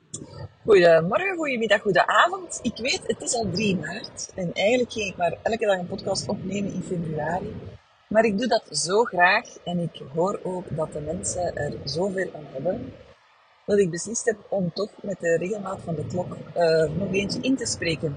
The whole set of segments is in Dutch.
Goedemorgen, goedemiddag, goedenavond. Ik weet, het is al 3 maart en eigenlijk ging ik maar elke dag een podcast opnemen in februari. Maar ik doe dat zo graag en ik hoor ook dat de mensen er zoveel aan hebben, dat ik beslist heb om toch met de regelmaat van de klok nog eentje in te spreken.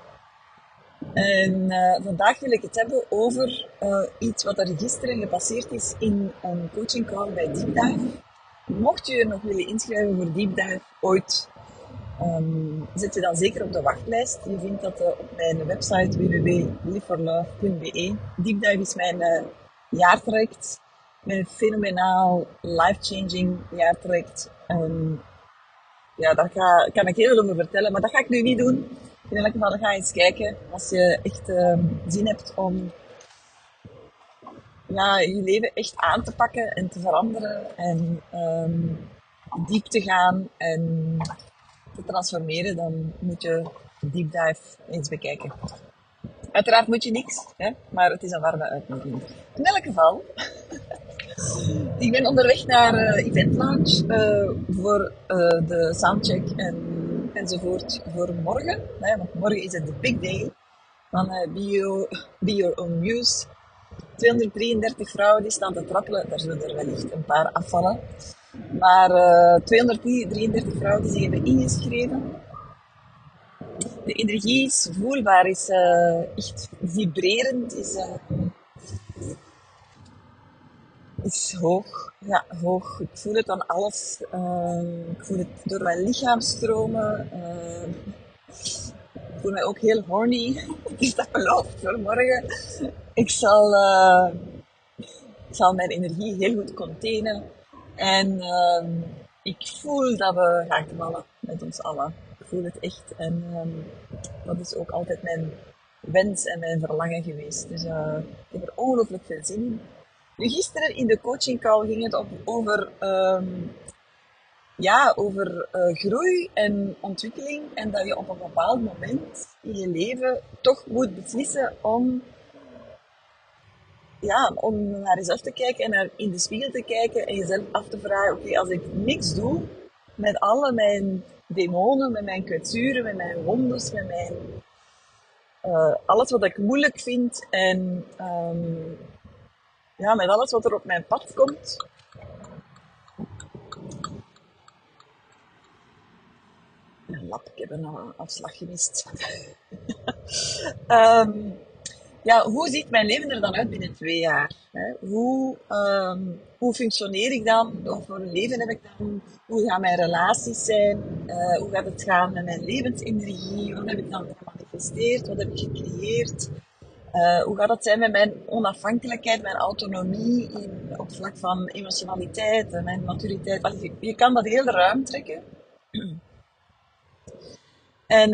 En vandaag wil ik het hebben over iets wat er gisteren gepasseerd is in een coaching call bij Deep Dive. Mocht je je nog willen inschrijven voor Deep Dive ooit, zet je dan zeker op de wachtlijst. Je vindt dat op mijn website www.liveforlove.be. Deep Dive is mijn jaartraject. Mijn fenomenaal, life-changing jaartraject. Ja, daar kan ik heel veel over vertellen, maar dat ga ik nu niet doen. In elk geval, ga eens kijken als je echt zin hebt om ja, je leven echt aan te pakken en te veranderen en diep te gaan en te transformeren, dan moet je Deep Dive eens bekijken. Uiteraard moet je niks, hè, maar het is een warme uitnodiging. In elk geval, ik ben onderweg naar Event Lounge voor de soundcheck enzovoort voor morgen. Hè, want morgen is het de big day van Be Your Own Muse. 233 vrouwen die staan te trappelen. Daar zullen er wellicht een paar afvallen. Maar 233 vrouwen die zich hebben ingeschreven. De energie is voelbaar, is echt vibrerend, is hoog. Ja, hoog. Ik voel het aan alles. Ik voel het door mijn lichaam stromen. Ik voel mij ook heel horny. Dus dat belooft voor morgen. Ik zal, ik zal mijn energie heel goed containen. En ik voel dat we gaan knallen met ons allen. Ik voel het echt. En dat is ook altijd mijn wens en mijn verlangen geweest. Dus ik heb er ongelooflijk veel zin in. Nu, gisteren in de coaching call ging het over, ja, over groei en ontwikkeling. En dat je op een bepaald moment in je leven toch moet beslissen om, ja, om naar jezelf te kijken en naar in de spiegel te kijken en jezelf af te vragen, oké, als ik niks doe met alle mijn demonen, met mijn kwetsuren, met mijn wondes, met mijn, alles wat ik moeilijk vind en ja, met alles wat er op mijn pad komt. Een lap, ik heb een afslag gemist. um, ja, hoe ziet mijn leven er dan uit binnen 2 jaar? Hè? Hoe functioneer ik dan? Wat voor een leven heb ik dan? Hoe gaan mijn relaties zijn? Hoe gaat het gaan met mijn levensenergie? Wat heb ik dan gemanifesteerd? Wat heb ik gecreëerd? Hoe gaat het zijn met mijn onafhankelijkheid, mijn autonomie op vlak van emotionaliteit, mijn maturiteit? Je kan dat heel ruim trekken. En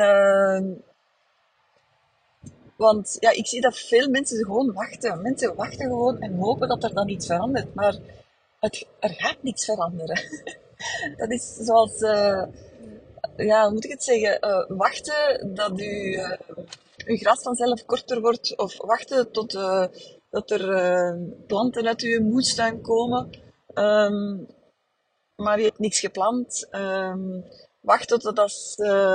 want ja, ik zie dat veel mensen gewoon wachten. Mensen wachten gewoon en hopen dat er dan iets verandert. Maar er gaat niets veranderen. Dat is zoals, ja, hoe moet ik het zeggen? Wachten dat uw gras vanzelf korter wordt. Of wachten tot dat er planten uit uw moestuin komen. Ehm, maar je hebt niks geplant. Wachten tot dat,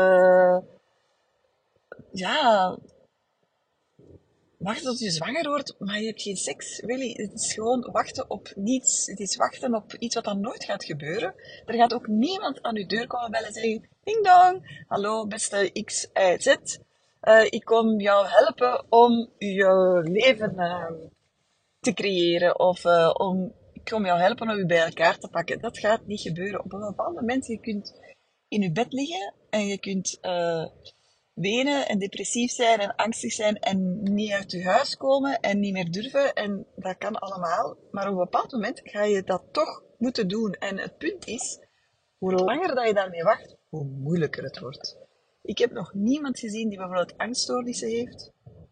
ja, wachten tot je zwanger wordt, maar je hebt geen seks. Willy, het is gewoon wachten op niets. Het is wachten op iets wat dan nooit gaat gebeuren. Er gaat ook niemand aan uw deur komen bellen en zeggen: Ding dong, hallo beste X, Y, Z. Ik kom jou helpen om je leven te creëren. Of ik kom jou helpen om je bij elkaar te pakken. Dat gaat niet gebeuren. Op een bepaald moment, je kunt in je bed liggen en je kunt wenen en depressief zijn en angstig zijn en niet uit je huis komen en niet meer durven. En dat kan allemaal. Maar op een bepaald moment ga je dat toch moeten doen. En het punt is, hoe langer dat je daarmee wacht, hoe moeilijker het wordt. Ik heb nog niemand gezien die bijvoorbeeld angststoornissen heeft,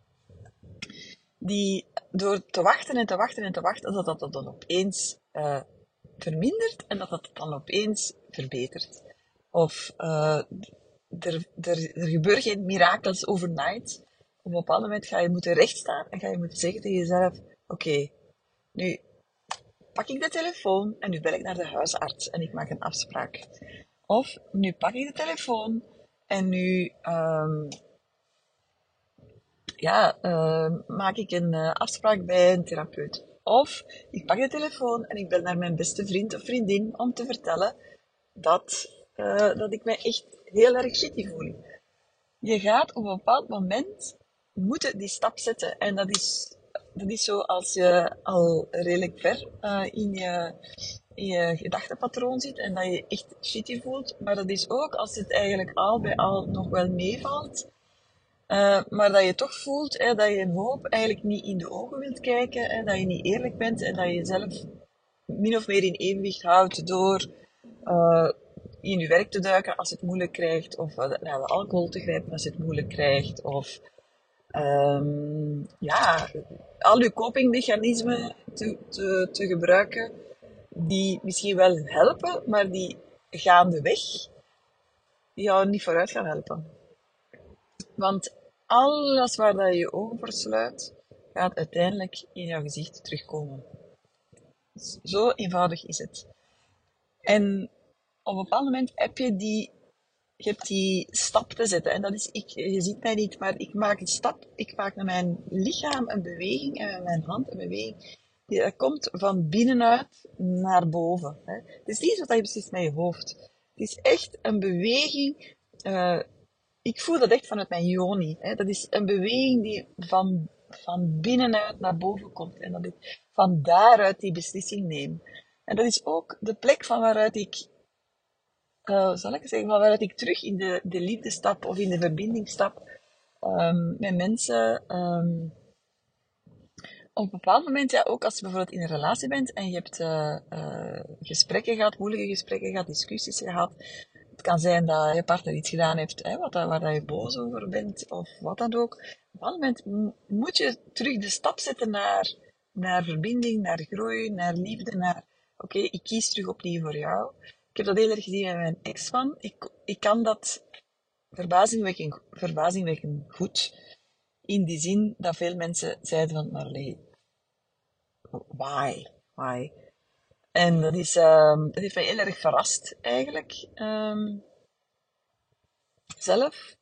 die door te wachten en te wachten en te wachten, dat dat dan opeens vermindert en dat dat dan opeens verbetert. Of er gebeuren geen mirakels overnight. Op een bepaald moment ga je moeten rechtstaan en ga je moeten zeggen tegen jezelf: oké, nu pak ik de telefoon en nu bel ik naar de huisarts en ik maak een afspraak. Of nu pak ik de telefoon en nu maak ik een afspraak bij een therapeut. Of ik pak de telefoon en ik bel naar mijn beste vriend of vriendin om te vertellen dat ik mij echt heel erg shitty voel. Je gaat op een bepaald moment moeten die stap zetten. En dat is zo als je al redelijk ver in je gedachtenpatroon zit en dat je echt shitty voelt. Maar dat is ook als het eigenlijk al bij al nog wel meevalt. Maar dat je toch voelt dat je een hoop eigenlijk niet in de ogen wilt kijken. Dat je niet eerlijk bent en dat je jezelf min of meer in evenwicht houdt door in je werk te duiken als je het moeilijk krijgt. Of naar de alcohol te grijpen als je het moeilijk krijgt. Of al je copingmechanismen te gebruiken die misschien wel helpen, maar die gaandeweg jou niet vooruit gaan helpen. Want alles waar dat je je ogen voor sluit, gaat uiteindelijk in jouw gezicht terugkomen. Zo eenvoudig is het. En op een bepaald moment je hebt die stap te zetten. En dat is, je ziet mij niet, maar ik maak een stap. Ik maak met mijn lichaam een beweging en met mijn hand een beweging. Die komt van binnenuit naar boven. Hè. Het is niet wat je beslist met je hoofd. Het is echt een beweging. Ik voel dat echt vanuit mijn yoni. Hè. Dat is een beweging die van binnenuit naar boven komt. En dat ik van daaruit die beslissing neem. En dat is ook de plek van waaruit ik zal ik zeggen, van waaruit ik terug in de liefde stap of in de verbinding stap met mensen. Op een bepaald moment, ja, ook als je bijvoorbeeld in een relatie bent en je hebt gesprekken gehad, moeilijke gesprekken gehad, discussies gehad. Het kan zijn dat je partner iets gedaan heeft waar dat je boos over bent of wat dan ook. Op een bepaald moment moet je terug de stap zetten naar verbinding, naar groei, naar liefde, naar oké, ik kies terug opnieuw voor jou. Ik heb dat heel erg gezien met mijn ex-man. Ik kan dat verbazingwekkend goed. In die zin dat veel mensen zeiden van, Marlee, why? Why? En dat heeft mij heel erg verrast, eigenlijk. Zelf.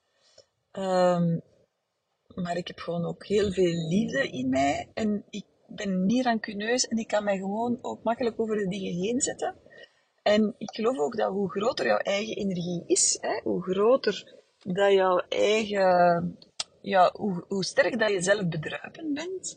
Maar ik heb gewoon ook heel veel liefde in mij. En ik ben niet rancuneus en ik kan mij gewoon ook makkelijk over de dingen heen zetten. En ik geloof ook dat hoe groter jouw eigen energie is, hoe groter dat jouw eigen, hoe sterk dat je zelf bedruipen bent,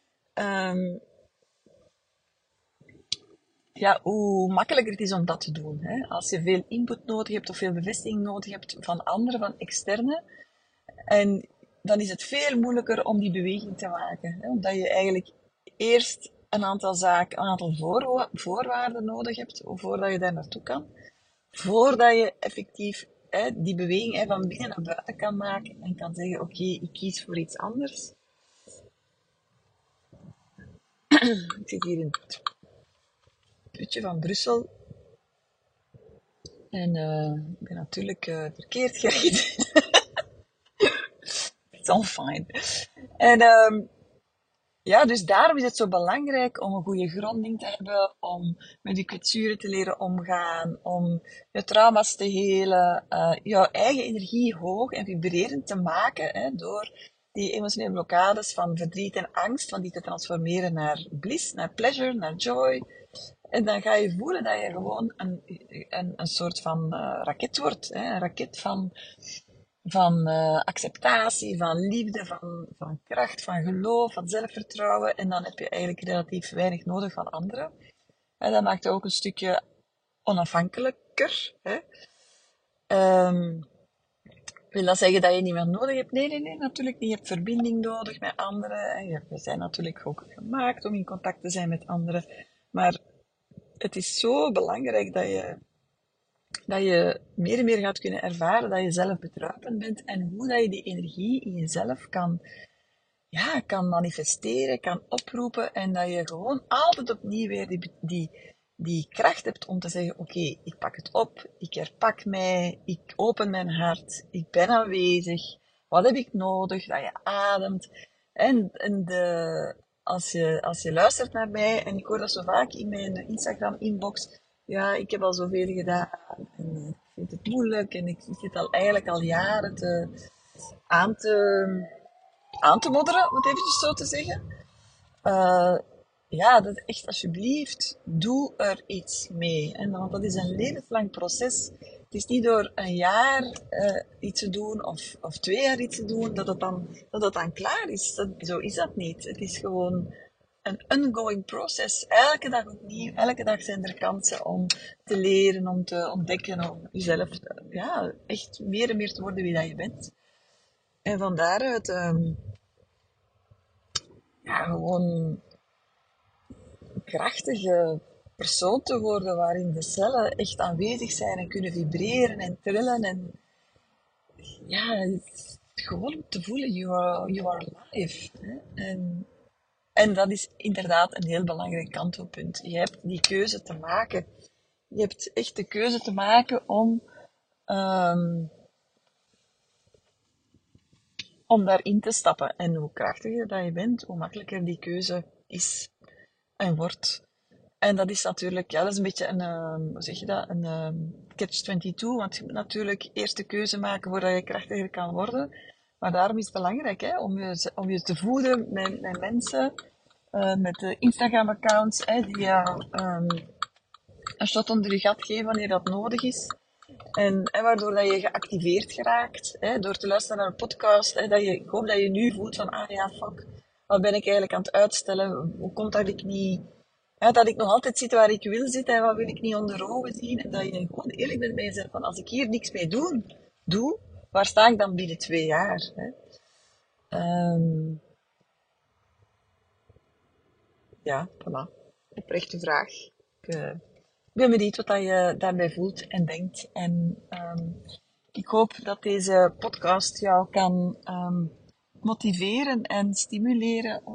hoe makkelijker het is om dat te doen. Hè? Als je veel input nodig hebt of veel bevestiging nodig hebt van anderen, van externe, en dan is het veel moeilijker om die beweging te maken. Hè? Omdat je eigenlijk eerst een aantal voorwaarden nodig hebt voordat je daar naartoe kan. Voordat je effectief die beweging van binnen naar buiten kan maken en kan zeggen, oké, ik kies voor iets anders. Ik zit hier in het putje van Brussel. En ik ben natuurlijk verkeerd gereden. It's all fine. En dus daarom is het zo belangrijk om een goede gronding te hebben, om met je kwetsuren te leren omgaan, om je trauma's te helen, jouw eigen energie hoog en vibrerend te maken, door die emotionele blokkades van verdriet en angst, van die te transformeren naar bliss, naar pleasure, naar joy. En dan ga je voelen dat je gewoon een soort van raket wordt, een raket van acceptatie, van liefde, van kracht, van geloof, van zelfvertrouwen. En dan heb je eigenlijk relatief weinig nodig van anderen. En dat maakt je ook een stukje onafhankelijker. Hè. Wil dat zeggen dat je niet meer nodig hebt? Nee, natuurlijk niet. Je hebt verbinding nodig met anderen. We zijn natuurlijk ook gemaakt om in contact te zijn met anderen. Maar het is zo belangrijk dat je meer en meer gaat kunnen ervaren dat je zelf bedruipend bent en hoe dat je die energie in jezelf kan manifesteren, kan oproepen en dat je gewoon altijd opnieuw weer die kracht hebt om te zeggen, oké, ik pak het op, ik herpak mij, ik open mijn hart, ik ben aanwezig, wat heb ik nodig, dat je ademt. En als je luistert naar mij, en ik hoor dat zo vaak in mijn Instagram-inbox, ja, ik heb al zoveel gedaan. En ik vind moeilijk en ik zit al eigenlijk al jaren aan, te, aan te modderen, om het eventjes zo te zeggen. Eh, ja, dat echt alsjeblieft, doe er iets mee. En, want dat is een levenslang proces. Het is niet door een jaar iets te doen of 2 jaar iets te doen dat het dan klaar is. Zo is dat niet. Het is gewoon een ongoing process. Elke dag opnieuw, elke dag zijn er kansen om te leren, om te ontdekken, om jezelf ja, echt meer en meer te worden wie dat je bent. En van daaruit ja, gewoon krachtige persoon te worden waarin de cellen echt aanwezig zijn en kunnen vibreren en trillen en ja, gewoon te voelen, you are alive. Hè? En dat is inderdaad een heel belangrijk kantelpunt. Je hebt die keuze te maken. Je hebt echt de keuze te maken um, om daarin te stappen. En hoe krachtiger dat je bent, hoe makkelijker die keuze is en wordt. En dat is natuurlijk, ja, dat is een beetje een, hoe zeg je dat, een catch-22, want je moet natuurlijk eerst de keuze maken voordat je krachtiger kan worden. Maar daarom is het belangrijk, hè, om je te voeden met mensen, met de Instagram-accounts, die een shot onder je gat geven wanneer dat nodig is. En waardoor dat je geactiveerd geraakt, door te luisteren naar een podcast, ik hoop dat je nu voelt van, ah ja, fuck, wat ben ik eigenlijk aan het uitstellen? Hoe komt dat ik niet, dat ik nog altijd zit waar ik wil zitten en wat wil ik niet onder ogen zien? En dat je gewoon eerlijk bent bij jezelf van, als ik hier niks mee doe, waar sta ik dan binnen 2 jaar? Hè? Ehm, ja, voilà. Oprechte vraag. Ik ben benieuwd wat dat je daarbij voelt en denkt. En ik hoop dat deze podcast jou kan motiveren en stimuleren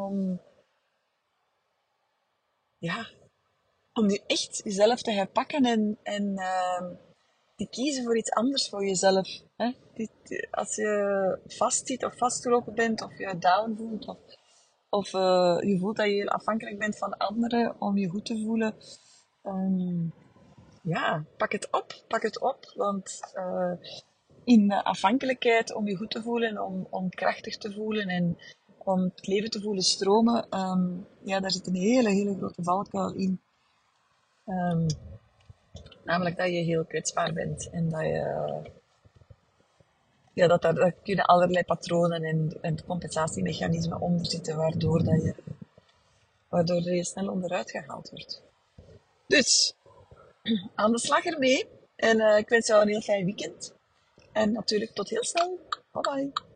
ja, om nu echt jezelf te herpakken en te kiezen voor iets anders voor jezelf. Hè? Als je vastzit of vastgelopen bent of je down voelt of je voelt dat je heel afhankelijk bent van anderen om je goed te voelen, ehm, ja, pak het op, want in afhankelijkheid om je goed te voelen, om krachtig te voelen en om het leven te voelen stromen, ja, daar zit een hele grote valkuil in. Ehm, Namelijk dat je heel kwetsbaar bent en dat je, ja, daar kunnen allerlei patronen en compensatiemechanismen onder zitten, waardoor je snel onderuit gehaald wordt. Dus, aan de slag ermee. En ik wens jou een heel fijn weekend. En natuurlijk tot heel snel. Bye bye.